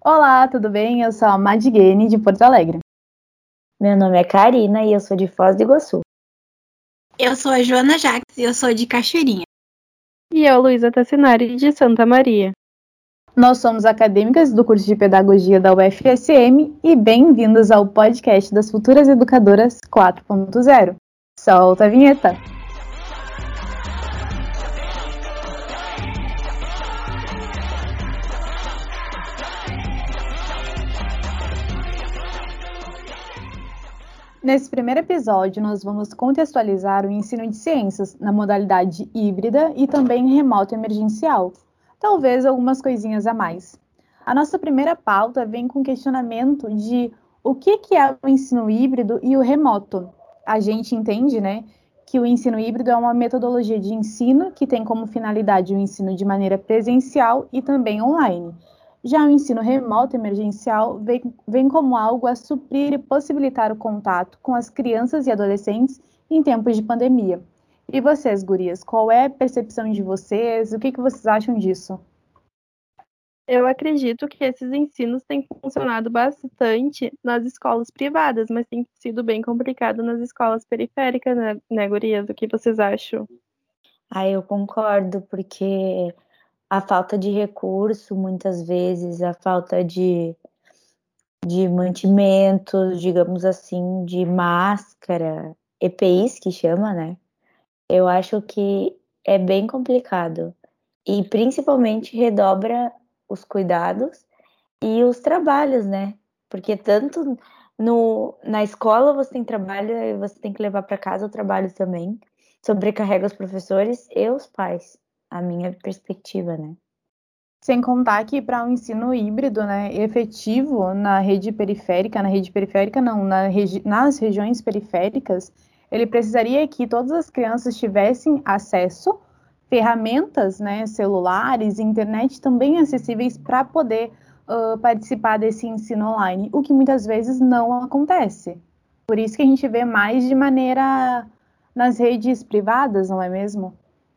Olá, tudo bem? Eu sou a Madigene, de Porto Alegre. Meu nome é Karina e eu sou de Foz do Iguaçu. Eu sou a Joana Jacques e eu sou de Cachoeirinha. E eu, Luísa Tassinari, de Santa Maria. Nós somos acadêmicas do curso de Pedagogia da UFSM e bem-vindos ao podcast das Futuras Educadoras 4.0. Solta a vinheta! Nesse primeiro episódio, nós vamos contextualizar o ensino de ciências na modalidade híbrida e também remoto emergencial. Talvez algumas coisinhas a mais. A nossa primeira pauta vem com questionamento de o que é o ensino híbrido e o remoto. A gente entende, né, que o ensino híbrido é uma metodologia de ensino que tem como finalidade o ensino de maneira presencial e também online. Já o ensino remoto emergencial vem como algo a suprir e possibilitar o contato com as crianças e adolescentes em tempos de pandemia. E vocês, gurias, qual é a percepção de vocês? O que vocês acham disso? Eu acredito que esses ensinos têm funcionado bastante nas escolas privadas, mas tem sido bem complicado nas escolas periféricas, né, gurias? O que vocês acham? Eu concordo, porque a falta de recurso, muitas vezes, a falta de mantimentos, digamos assim, de máscara, EPIs que chama, né? Eu acho que é bem complicado. E principalmente redobra os cuidados e os trabalhos, né? Porque tanto na escola você tem trabalho e você tem que levar para casa o trabalho também. Sobrecarrega os professores e os pais, a minha perspectiva, né? Sem contar que para um ensino híbrido, né, efetivo nas regiões periféricas, ele precisaria que todas as crianças tivessem acesso ferramentas, né, celulares, internet também acessíveis para poder participar desse ensino online, o que muitas vezes não acontece. Por isso que a gente vê mais de maneira nas redes privadas, não é mesmo?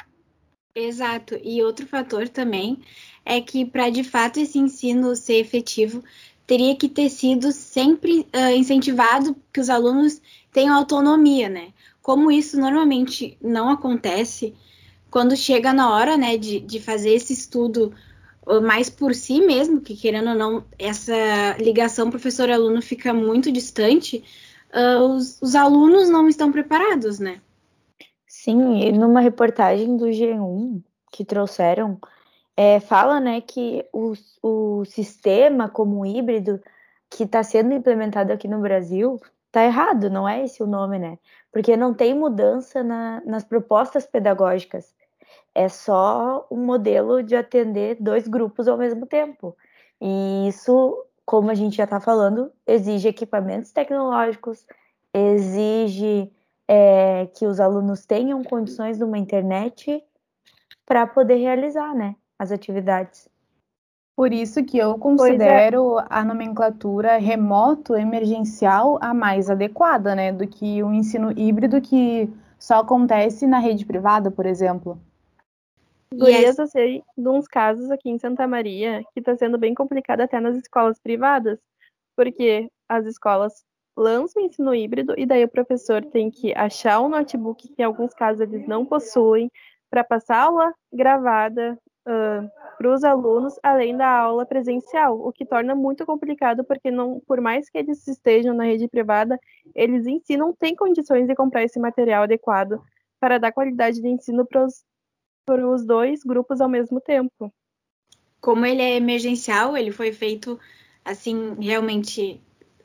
Exato. E outro fator também é que, para de fato esse ensino ser efetivo, teria que ter sido sempre incentivado que os alunos tenham autonomia, né? Como isso normalmente não acontece, quando chega na hora, né, de fazer esse estudo mais por si mesmo, que querendo ou não, essa ligação professor-aluno fica muito distante, os alunos não estão preparados, né? Sim, e numa reportagem do G1 que trouxeram, fala, né, que o sistema como híbrido que está sendo implementado aqui no Brasil está errado, não é esse o nome, né? Porque não tem mudança nas propostas pedagógicas. É só um modelo de atender dois grupos ao mesmo tempo. E isso, como a gente já está falando, exige equipamentos tecnológicos, exige que os alunos tenham condições de uma internet para poder realizar, né, as atividades. Por isso que eu Pois é, considero a nomenclatura remoto emergencial a mais adequada, né, do que o ensino híbrido que só acontece na rede privada, por exemplo. E é gurias, eu sei de uns casos aqui em Santa Maria que está sendo bem complicado até nas escolas privadas, porque as escolas lançam o ensino híbrido e daí o professor tem que achar um notebook que em alguns casos eles não possuem para passar aula gravada para os alunos, além da aula presencial, o que torna muito complicado porque não, por mais que eles estejam na rede privada, eles em si não têm condições de comprar esse material adequado para dar qualidade de ensino para os dois grupos ao mesmo tempo. como ele é emergencial, ele foi feito assim realmente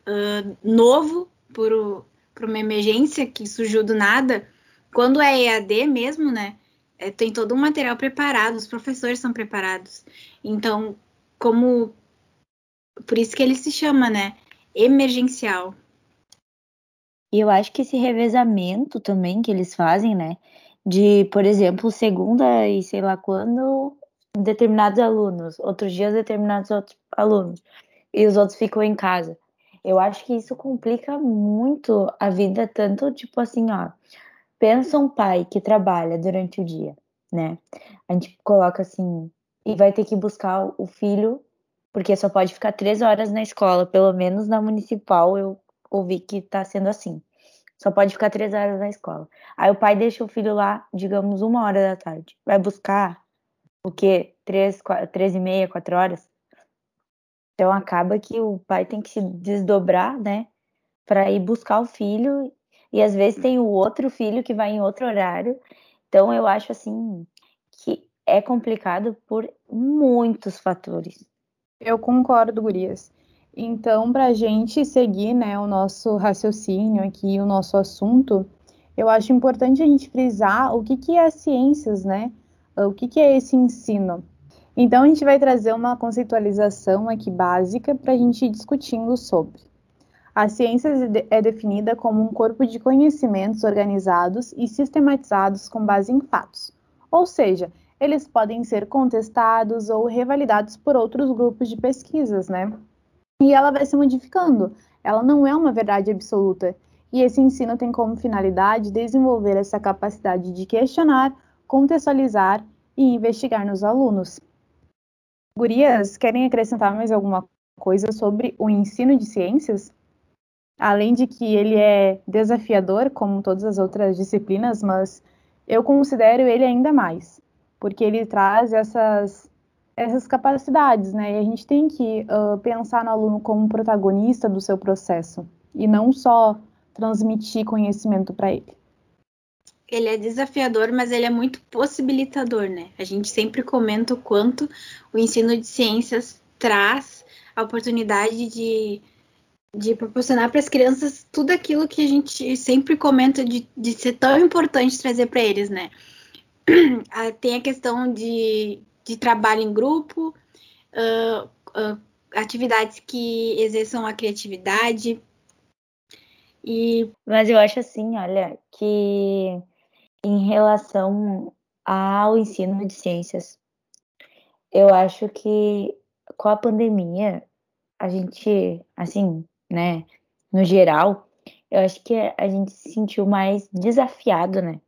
novo por uma emergência que surgiu do nada. Quando é EAD mesmo, né? Tem todo um material preparado, os professores são preparados. Então, como por isso que ele se chama, né? Emergencial. E eu acho que esse revezamento também que eles fazem, né, de, por exemplo, segunda e sei lá quando, determinados alunos, outros dias determinados outros alunos, e os outros ficam em casa. Eu acho que isso complica muito a vida, tanto tipo assim, ó, pensa um pai que trabalha durante o dia, né? A gente coloca assim, e vai ter que buscar o filho porque só pode ficar 3 horas na escola, pelo menos na municipal eu ouvi que tá sendo assim. Só pode ficar 3 horas na escola. Aí o pai deixa o filho lá, digamos, 1 hora da tarde. Vai buscar o quê? 3h30, 4 horas? Então acaba que o pai tem que se desdobrar, né? Para ir buscar o filho. E às vezes tem o outro filho que vai em outro horário. Então eu acho assim que é complicado por muitos fatores. Eu concordo, gurias. Então, para a gente seguir, né, o nosso raciocínio aqui, o nosso assunto, eu acho importante a gente frisar o que que é as ciências, né? O que que é esse ensino. Então, a gente vai trazer uma conceitualização aqui básica para a gente ir discutindo sobre. A ciência é definida como um corpo de conhecimentos organizados e sistematizados com base em fatos, ou seja, eles podem ser contestados ou revalidados por outros grupos de pesquisas, né? E ela vai se modificando, ela não é uma verdade absoluta. E esse ensino tem como finalidade desenvolver essa capacidade de questionar, contextualizar e investigar nos alunos. Gurias, querem acrescentar mais alguma coisa sobre o ensino de ciências? Além de que ele é desafiador, como todas as outras disciplinas, mas eu considero ele ainda mais, porque ele traz essas capacidades, né? E a gente tem que pensar no aluno como protagonista do seu processo e não só transmitir conhecimento para ele. Ele é desafiador, mas ele é muito possibilitador, né? A gente sempre comenta o quanto o ensino de ciências traz a oportunidade de proporcionar para as crianças tudo aquilo que a gente sempre comenta de ser tão importante trazer para eles, né? Tem a questão de trabalho em grupo, atividades que exerçam a criatividade. Mas eu acho assim, olha, que em relação ao ensino de ciências, eu acho que com a pandemia, a gente, assim, né, no geral, eu acho que a gente se sentiu mais desafiado, né,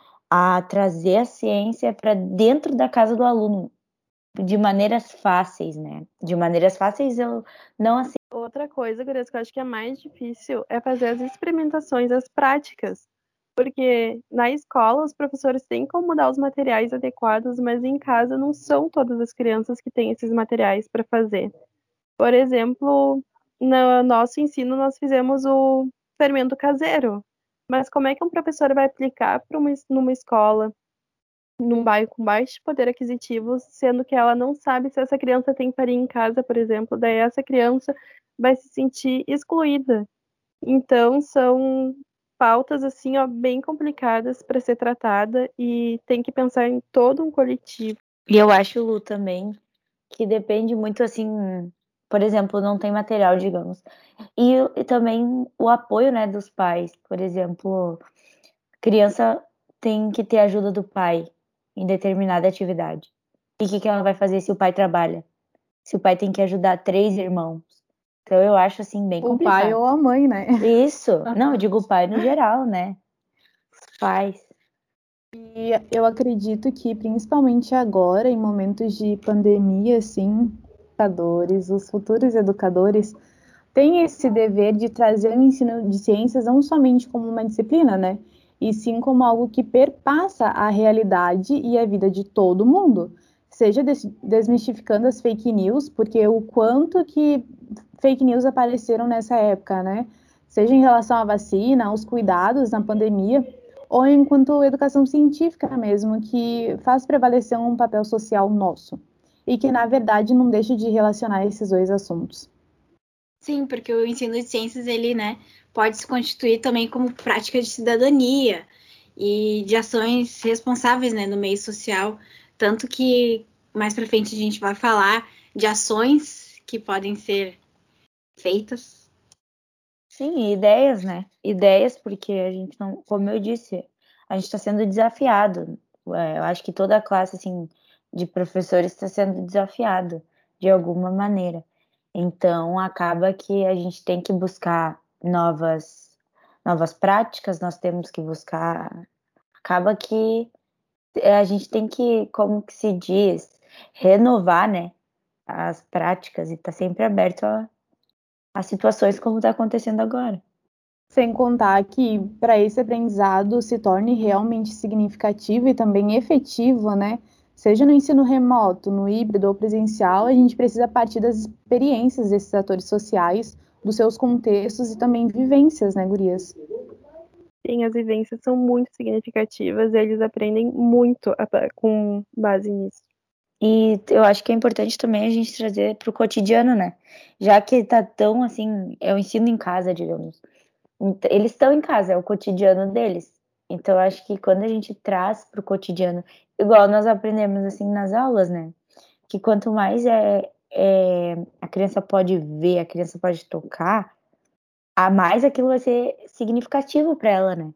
a trazer a ciência para dentro da casa do aluno, de maneiras fáceis, né? De maneiras fáceis eu não assim. Outra coisa, Gurias, que eu acho que é mais difícil é fazer as experimentações, as práticas. Porque na escola os professores têm como dar os materiais adequados, mas em casa não são todas as crianças que têm esses materiais para fazer. Por exemplo, no nosso ensino nós fizemos o fermento caseiro. Mas como é que um professor vai aplicar numa escola, num bairro com baixo poder aquisitivo, sendo que ela não sabe se essa criança tem farinha em casa, por exemplo, daí essa criança vai se sentir excluída. Então, são pautas assim, ó, bem complicadas para ser tratada e tem que pensar em todo um coletivo. E eu acho, Lu, também que depende muito assim, por exemplo, não tem material, digamos. E também o apoio, né, dos pais. Por exemplo, criança tem que ter ajuda do pai em determinada atividade. E o que ela vai fazer se o pai trabalha? Se o pai tem que ajudar 3 irmãos. Então eu acho assim bem O complicado. pai ou a mãe, né? Isso. Não, eu digo o pai no geral, né? Os pais. E eu acredito que, principalmente agora, em momentos de pandemia, assim, os futuros educadores, têm esse dever de trazer o ensino de ciências não somente como uma disciplina, né? E sim como algo que perpassa a realidade e a vida de todo mundo. Seja desmistificando as fake news, porque o quanto que fake news apareceram nessa época, né? Seja em relação à vacina, aos cuidados na pandemia, ou enquanto educação científica mesmo, que faz prevalecer um papel social nosso e que, na verdade, não deixa de relacionar esses dois assuntos. Sim, porque o ensino de ciências, ele, né, pode se constituir também como prática de cidadania e de ações responsáveis, né, no meio social, tanto que mais para frente a gente vai falar de ações que podem ser feitas. Sim, ideias, né? Ideias, porque a gente não, como eu disse, a gente está sendo desafiado. Eu acho que toda a classe, assim, de professores está sendo desafiado de alguma maneira. Então, acaba que a gente tem que buscar novas práticas, nós temos que buscar. Acaba que a gente tem que, como que se diz, renovar, né? as práticas e está sempre aberto a situações como está acontecendo agora. Sem contar que para esse aprendizado se torne realmente significativo e também efetivo, né? Seja no ensino remoto, no híbrido ou presencial, a gente precisa partir das experiências desses atores sociais, dos seus contextos e também vivências, né, gurias? Sim, as vivências são muito significativas e eles aprendem muito com base nisso. E eu acho que é importante também a gente trazer para o cotidiano, né? Já que tá tão assim, é o ensino em casa, digamos. Eles estão em casa, é o cotidiano deles. Então, eu acho que quando a gente traz para o cotidiano, igual nós aprendemos assim nas aulas, né? Que quanto mais a criança pode ver, a criança pode tocar, a mais aquilo vai ser significativo para ela, né?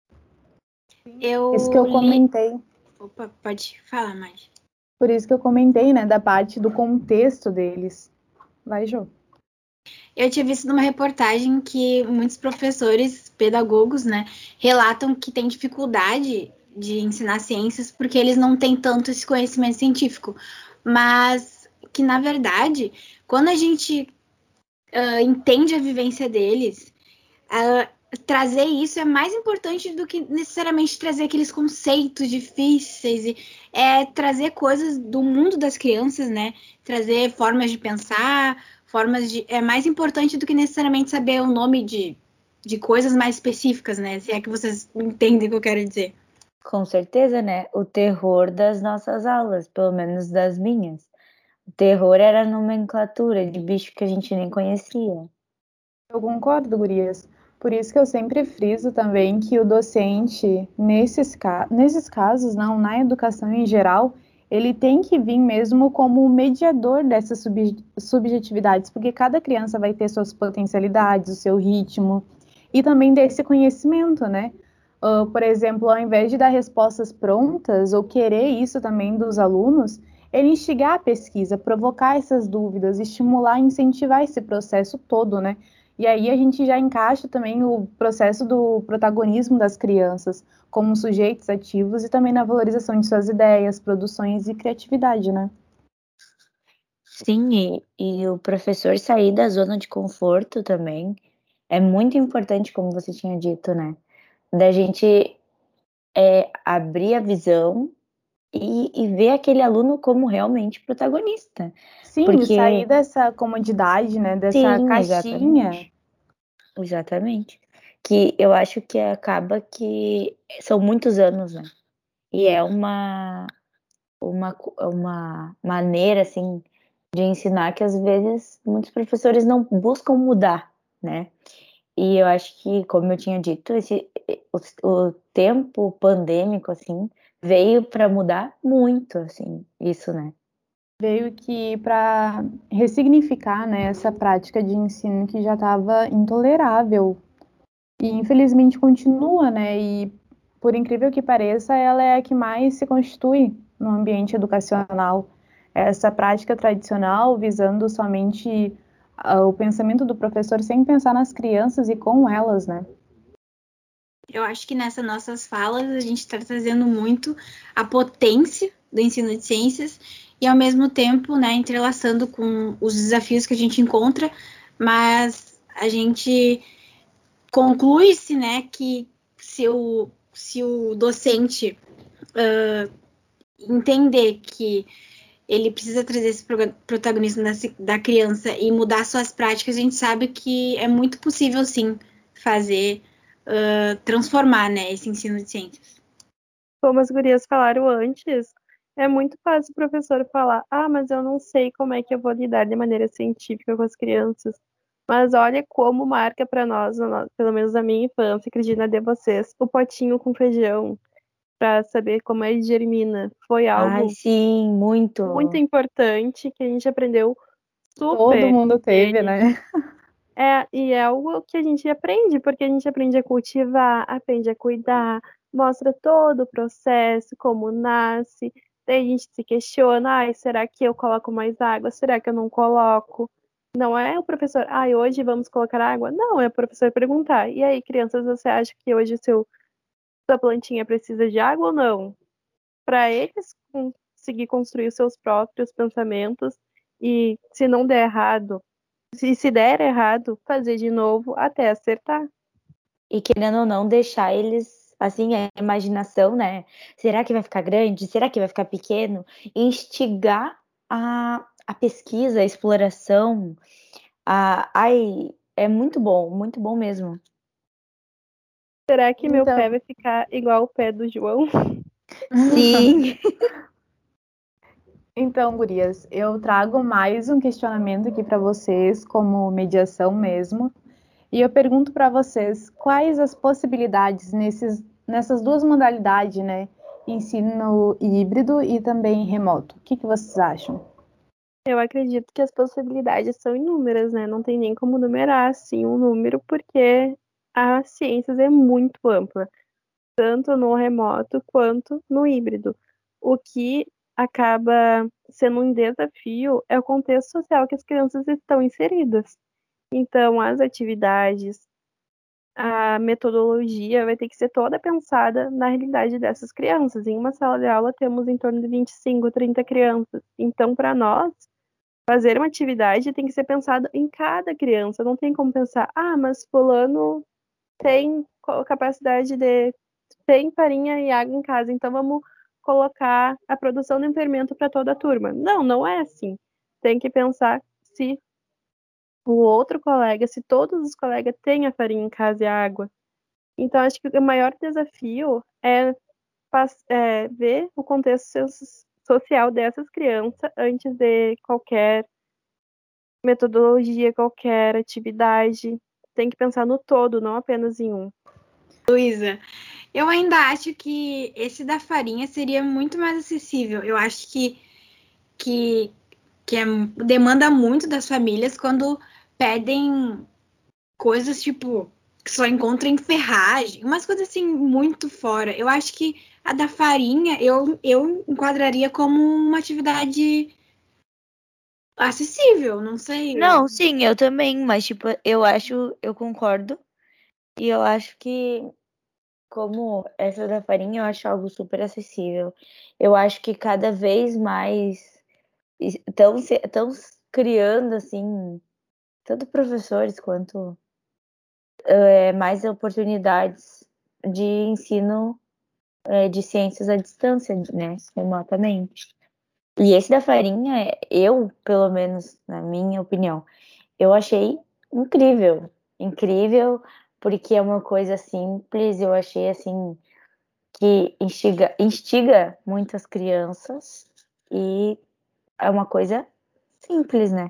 Isso que eu comentei. Opa, pode falar mais. Por isso que eu comentei, né, da parte do contexto deles. Vai, Jô. Eu tinha visto numa reportagem que muitos professores, pedagogos, né, relatam que têm dificuldade de ensinar ciências porque eles não têm tanto esse conhecimento científico. Mas que, na verdade, quando a gente entende a vivência deles, trazer isso é mais importante do que necessariamente trazer aqueles conceitos difíceis e trazer coisas do mundo das crianças, né? Trazer formas de pensar, é mais importante do que necessariamente saber o nome de coisas mais específicas, né? Se é que vocês entendem o que eu quero dizer. Com certeza, né? O terror das nossas aulas, pelo menos das minhas. O terror era a nomenclatura de bicho que a gente nem conhecia. Eu concordo, gurias. Por isso que eu sempre friso também que o docente, nesses casos, não, na educação em geral, ele tem que vir mesmo como mediador dessas subjetividades, porque cada criança vai ter suas potencialidades, o seu ritmo, e também desse conhecimento, né? Por exemplo, ao invés de dar respostas prontas ou querer isso também dos alunos, ele instigar a pesquisa, provocar essas dúvidas, estimular e incentivar esse processo todo, né? E aí a gente já encaixa também o processo do protagonismo das crianças como sujeitos ativos e também na valorização de suas ideias, produções e criatividade, né? Sim, e o professor sair da zona de conforto também é muito importante, como você tinha dito, né? Da gente abrir a visão e ver aquele aluno como realmente protagonista. Sim, e sair Porque, dessa comodidade, né? Dessa sim, caixinha. exatamente. Que eu acho que acaba que são muitos anos, né? E é uma maneira, assim, de ensinar que às vezes muitos professores não buscam mudar, né? E eu acho que, como eu tinha dito, o tempo pandêmico, assim, veio para mudar muito, assim, isso, né? Veio que para ressignificar, né, essa prática de ensino que já estava intolerável e infelizmente continua, né? E por incrível que pareça, ela é a que mais se constitui no ambiente educacional. Essa prática tradicional visando somente o pensamento do professor sem pensar nas crianças e com elas, né? Eu acho que nessas nossas falas a gente está trazendo muito a potência do ensino de ciências e ao mesmo tempo, né, entrelaçando com os desafios que a gente encontra, mas a gente conclui-se, né, que se o docente entender que ele precisa trazer esse protagonismo da criança e mudar suas práticas, a gente sabe que é muito possível, sim, fazer, transformar, né, esse ensino de ciências. Como as gurias falaram antes, é muito fácil o professor falar: ah, mas eu não sei como é que eu vou lidar de maneira científica com as crianças. Mas olha como marca para nós, pelo menos na minha infância, acredito de vocês, o potinho com feijão, para saber como ele germina. Foi Ai, algo sim, muito muito. importante que a gente aprendeu Todo super mundo teve, nele. né? E é algo que a gente aprende, porque a gente aprende a cultivar, aprende a cuidar, mostra todo o processo, como nasce. Daí a gente se questiona: ai, será que eu coloco mais água? Será que eu não coloco? Não é o professor, ai, hoje vamos colocar água? Não, é o professor perguntar. E aí, crianças, você acha que hoje sua plantinha precisa de água ou não? Para eles conseguir construir os seus próprios pensamentos E se não der errado, se der errado, fazer de novo até acertar. E querendo ou não, deixar eles, assim, a imaginação, né? Será que vai ficar grande? Será que vai ficar pequeno? Instigar a pesquisa, a exploração. Ai, é muito bom mesmo. Será que meu pé Então, vai ficar igual o pé do João? Sim. então, gurias, eu trago mais um questionamento aqui para vocês, como mediação mesmo. E eu pergunto para vocês quais as possibilidades nessas duas modalidades, né? Ensino híbrido e também remoto. O que vocês acham? Eu acredito que as possibilidades são inúmeras, né? Não tem nem como numerar assim um número, porque a ciências é muito ampla, tanto no remoto quanto no híbrido. O que acaba sendo um desafio é o contexto social que as crianças estão inseridas. Então, as atividades, a metodologia vai ter que ser toda pensada na realidade dessas crianças. Em uma sala de aula temos em torno de 25, 30 crianças. Então, para nós, fazer uma atividade tem que ser pensado em cada criança. Não tem como pensar, mas fulano tem capacidade de tem farinha e água em casa, então vamos colocar a produção de um fermento para toda a turma. Não, não é assim. Tem que pensar se o outro colega, se todos os colegas têm a farinha em casa e a água. Então, acho que o maior desafio é ver o contexto social dessas crianças antes de qualquer metodologia, qualquer atividade. Tem que pensar no todo, não apenas em um. Luísa, eu ainda acho que esse da farinha seria muito mais acessível. Eu acho que, demanda muito das famílias quando pedem coisas tipo que só encontra em ferragem, umas coisas assim muito fora. Eu acho que a da farinha eu enquadraria como uma atividade acessível, não sei. Não, sim, eu também, mas tipo, eu concordo. E eu acho que, como essa da farinha, eu acho algo super acessível. Eu acho que cada vez mais estão criando, assim, tanto professores quanto mais oportunidades de ensino de ciências à distância, né, remotamente. E esse da farinha, eu, pelo menos na minha opinião, eu achei incrível, incrível, porque é uma coisa simples, eu achei assim que instiga muitas crianças e é uma coisa simples, né?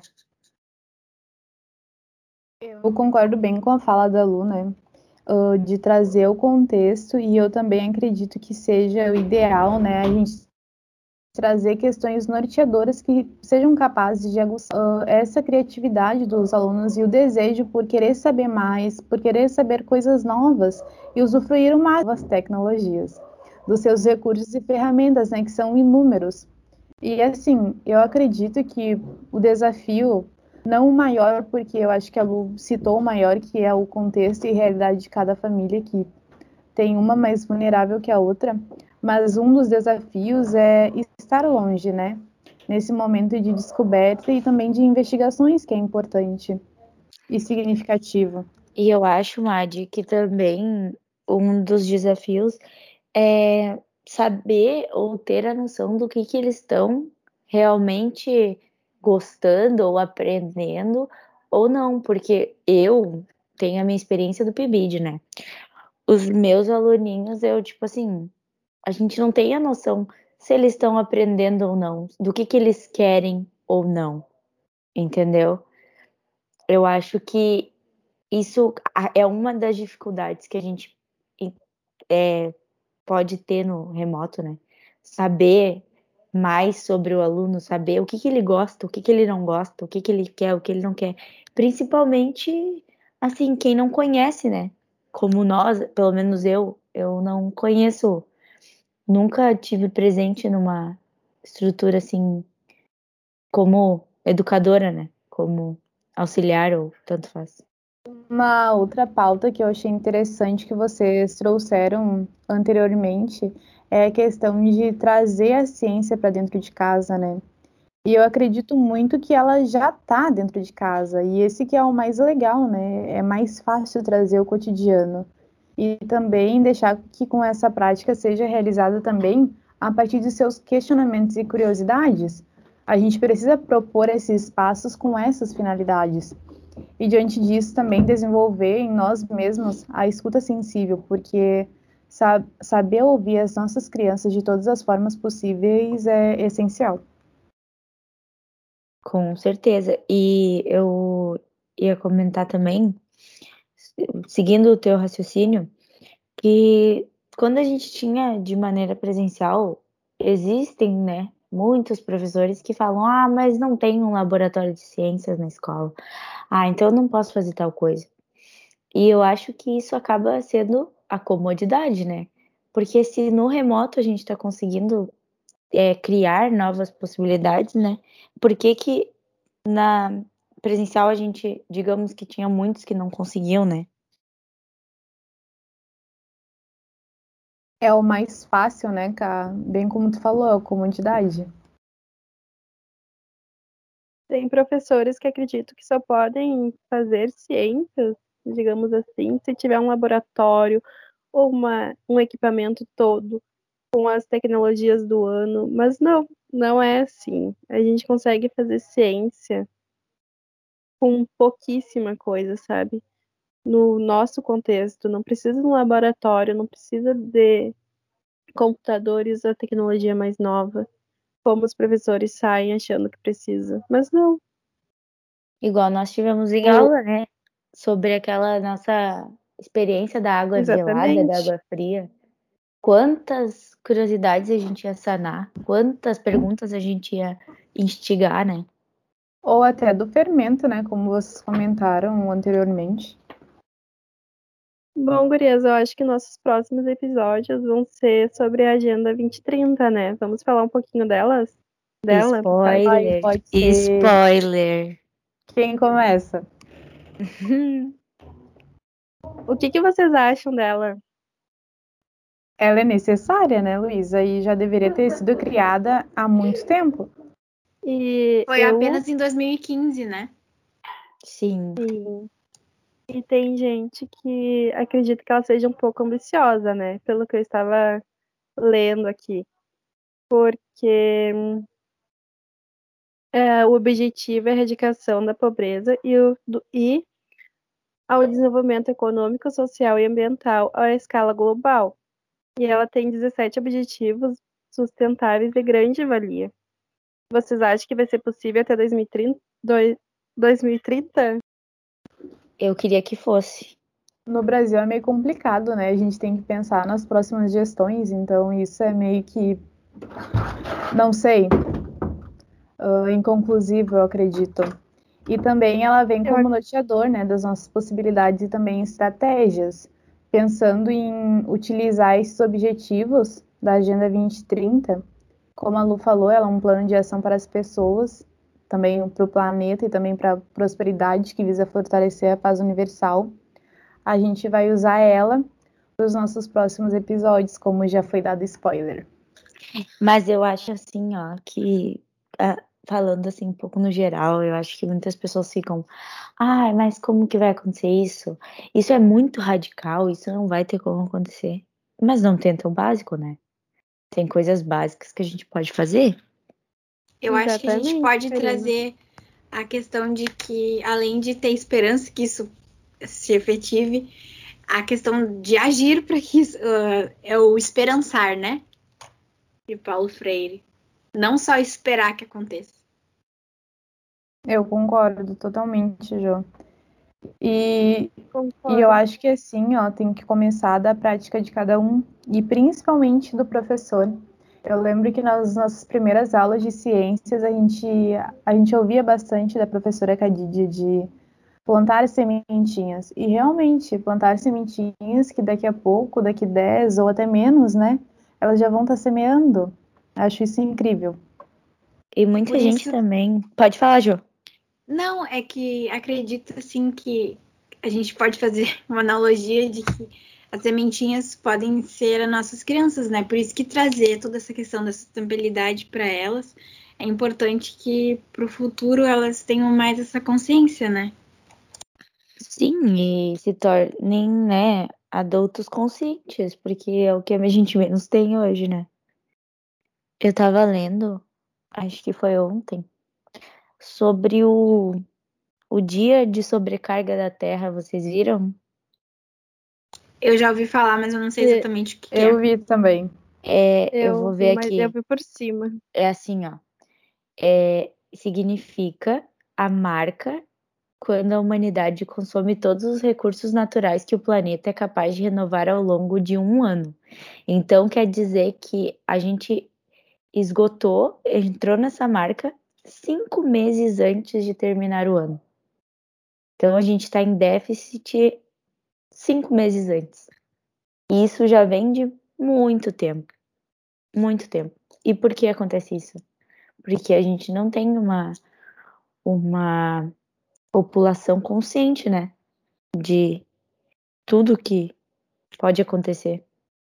Eu concordo bem com a fala da Lu, né? De trazer o contexto, e eu também acredito que seja o ideal, né? A gente trazer questões norteadoras que sejam capazes de aguçar essa criatividade dos alunos e o desejo por querer saber mais, por querer saber coisas novas e usufruir mais das tecnologias, dos seus recursos e ferramentas, né, que são inúmeros. E assim, eu acredito que o desafio, não o maior, porque eu acho que a Lu citou o maior, que é o contexto e realidade de cada família, que tem uma mais vulnerável que a outra, mas um dos desafios é estar longe, né? Nesse momento de descoberta e também de investigações, que é importante e significativo. E eu acho, Madi, que também um dos desafios é saber ou ter a noção do que eles estão realmente gostando ou aprendendo ou não, porque eu tenho a minha experiência do PIBID, né? Os meus aluninhos, eu, tipo assim, a gente não tem a noção se eles estão aprendendo ou não, do que eles querem ou não, entendeu? Eu acho que isso é uma das dificuldades que a gente pode ter no remoto, né? Saber mais sobre o aluno, saber o que ele gosta, o que ele não gosta, o que ele quer, o que ele não quer. Principalmente, assim, quem não conhece, né? Como nós, pelo menos eu não conheço, nunca tive presente numa estrutura assim, como educadora, né? Como auxiliar ou tanto faz. Uma outra pauta que eu achei interessante que vocês trouxeram anteriormente é a questão de trazer a ciência para dentro de casa, né? E eu acredito muito que ela já está dentro de casa. E esse que é o mais legal, né? É mais fácil trazer o cotidiano. E também deixar que com essa prática seja realizada também a partir de seus questionamentos e curiosidades. A gente precisa propor esses espaços com essas finalidades. E diante disso também desenvolver em nós mesmos a escuta sensível, porque saber ouvir as nossas crianças de todas as formas possíveis é essencial. Com certeza. E eu ia comentar também, seguindo o teu raciocínio, que quando a gente tinha de maneira presencial, existem, né, muitos professores que falam: ah, mas não tem um laboratório de ciências na escola. Ah, então eu não posso fazer tal coisa. E eu acho que isso acaba sendo a comodidade, né? Porque se no remoto a gente está conseguindo criar novas possibilidades, né? Por que que na presencial a gente, digamos que tinha muitos que não conseguiam, né? É o mais fácil, né, Ká? Bem como tu falou, a comodidade. Tem professores que acreditam que só podem fazer ciências, digamos assim, se tiver um laboratório ou um equipamento todo com as tecnologias do ano, mas não é assim. A gente consegue fazer ciência com pouquíssima coisa, sabe? No nosso contexto, não precisa de um laboratório, não precisa de computadores ou tecnologia mais nova, como os professores saem achando que precisa. Mas não. Igual nós tivemos em aula, né? Sobre aquela nossa experiência da água gelada, da Exatamente. água fria. Quantas curiosidades a gente ia sanar, quantas perguntas a gente ia instigar, né? Ou até do fermento, né, como vocês comentaram anteriormente. Bom, gurias, eu acho que nossos próximos episódios vão ser sobre a Agenda 2030, né? Vamos falar um pouquinho dela, Spoiler, Pode ser. spoiler. Quem começa? O que vocês acham dela? Ela é necessária, né, Luísa? E já deveria ter sido criada há muito tempo. E Foi apenas em 2015, né? Sim. Sim. E tem gente que acredita que ela seja um pouco ambiciosa, né? Pelo que eu estava lendo aqui. Porque o objetivo é a erradicação da pobreza e ao desenvolvimento econômico, social e ambiental à escala global. E ela tem 17 objetivos sustentáveis de grande valia. Vocês acham que vai ser possível até 2030? 2030? Eu queria que fosse. No Brasil é meio complicado, né? A gente tem que pensar nas próximas gestões, então isso é meio que, não sei, inconclusivo, eu acredito. E também ela vem como norteador, né, das nossas possibilidades e também estratégias, pensando em utilizar esses objetivos da Agenda 2030. Como a Lu falou, ela é um plano de ação para as pessoas, também para o planeta e também para a prosperidade, que visa fortalecer a paz universal. A gente vai usar ela para os nossos próximos episódios, como já foi dado spoiler. Mas eu acho assim, ó, que falando assim um pouco no geral, eu acho que muitas pessoas ficam, ai, mas como que vai acontecer isso? Isso é muito radical, isso não vai ter como acontecer. Mas não tenta o básico, né? Tem coisas básicas que a gente pode fazer. Eu acho que a gente Exatamente, pode Karina. trazer a questão de que, além de ter esperança que isso se efetive, a questão de agir para que isso é o esperançar, né? De Paulo Freire. Não só esperar que aconteça. Eu concordo totalmente, Jô. E Concordo. eu acho que assim, ó, tem que começar da prática de cada um e principalmente do professor. Eu lembro que nas nossas primeiras aulas de ciências a gente ouvia bastante da professora Cadídia de plantar sementinhas. E realmente, plantar sementinhas que daqui a pouco, daqui 10 ou até menos, né, elas já vão estar semeando. Acho isso incrível. E muita Por gente isso- também. Pode falar, Jô. Não, é que acredito assim que a gente pode fazer uma analogia de que as sementinhas podem ser as nossas crianças, né? Por isso que trazer toda essa questão da sustentabilidade para elas é importante que para o futuro elas tenham mais essa consciência, né? Sim, e se tornem, né, adultos conscientes, porque é o que a gente menos tem hoje, né? Eu tava lendo, acho que foi ontem, sobre o dia de sobrecarga da Terra, vocês viram? Eu já ouvi falar, mas eu não sei exatamente o que Eu é. vi também. Eu vou ver Mas aqui. eu vi por cima. É assim, ó. Significa a marca quando a humanidade consome todos os recursos naturais que o planeta é capaz de renovar ao longo de um ano. Então, quer dizer que a gente esgotou, entrou nessa marca 5 meses antes de terminar o ano. Então, a gente está em déficit 5 meses antes. E isso já vem de muito tempo. Muito tempo. E por que acontece isso? Porque a gente não tem uma população consciente, né? De tudo que pode acontecer.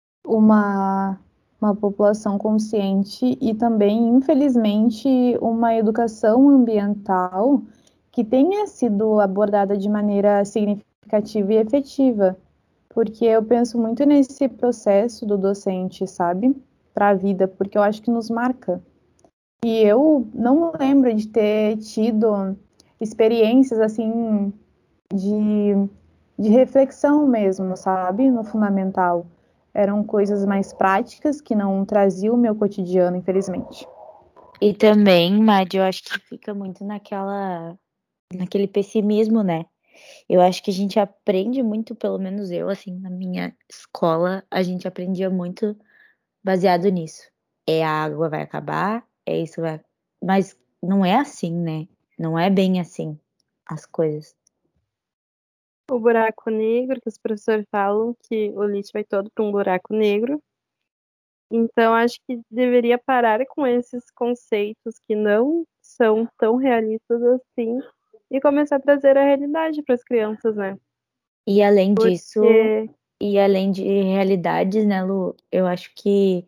Uma população consciente e também, infelizmente, uma educação ambiental que tenha sido abordada de maneira significativa e efetiva, porque eu penso muito nesse processo do docente, sabe, para a vida, porque eu acho que nos marca. E eu não lembro de ter tido experiências assim de, de reflexão mesmo, sabe, no fundamental. Eram coisas mais práticas que não traziam o meu cotidiano, infelizmente. E também, Madi, eu acho que fica muito naquele pessimismo, né? Eu acho que a gente aprende muito, pelo menos eu, assim, na minha escola, a gente aprendia muito baseado nisso. A água vai acabar, isso vai. Mas não é assim, né? Não é bem assim as coisas. O buraco negro, que os professores falam que o lixo vai todo para um buraco negro. Então, acho que deveria parar com esses conceitos que não são tão realistas assim e começar a trazer a realidade para as crianças, né? E além disso, Porque e além de realidades, né, Lu, eu acho que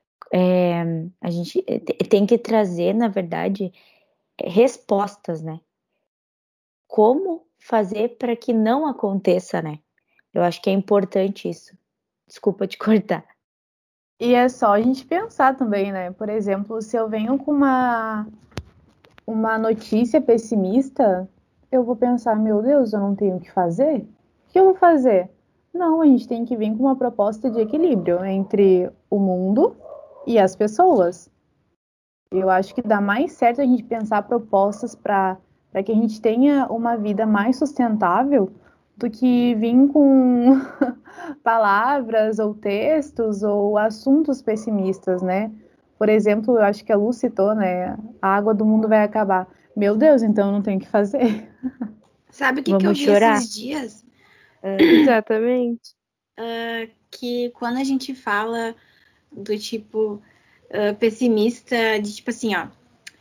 a gente tem que trazer, na verdade, respostas, né? Como fazer para que não aconteça, né? Eu acho que é importante isso. Desculpa te cortar. E é só a gente pensar também, né? Por exemplo, se eu venho com uma notícia pessimista, eu vou pensar, meu Deus, eu não tenho o que fazer? O que eu vou fazer? Não, a gente tem que vir com uma proposta de equilíbrio entre o mundo e as pessoas. Eu acho que dá mais certo a gente pensar propostas para que a gente tenha uma vida mais sustentável do que vir com palavras ou textos ou assuntos pessimistas, né? Por exemplo, eu acho que a Lu citou, né? A água do mundo vai acabar. Meu Deus, então eu não tenho o que fazer. Sabe o que eu Vamos vi chorar? esses dias? exatamente. Que quando a gente fala do tipo pessimista, de tipo assim, ó.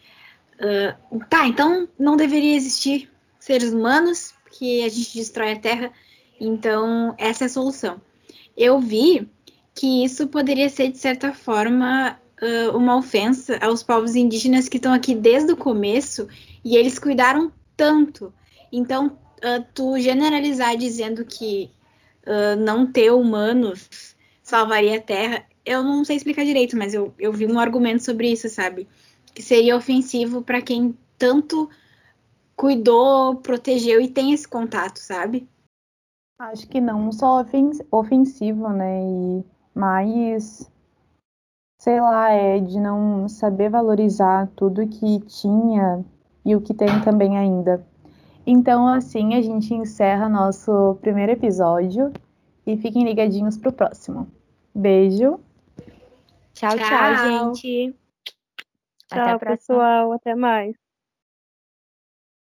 Tá, então não deveria existir seres humanos, porque a gente destrói a Terra, então essa é a solução. Eu vi que isso poderia ser, de certa forma, uma ofensa aos povos indígenas que estão aqui desde o começo e eles cuidaram tanto. Então, tu generalizar dizendo que não ter humanos salvaria a Terra, eu não sei explicar direito, mas eu vi um argumento sobre isso, sabe? Que seria ofensivo para quem tanto cuidou, protegeu e tem esse contato, sabe? Acho que não só ofensivo, né? Mas, sei lá, é de não saber valorizar tudo que tinha e o que tem também ainda. Então, assim, a gente encerra nosso primeiro episódio e fiquem ligadinhos pro próximo. Beijo! Tchau, tchau, Tchau! gente. Até a Tchau, próxima. pessoal. Até mais.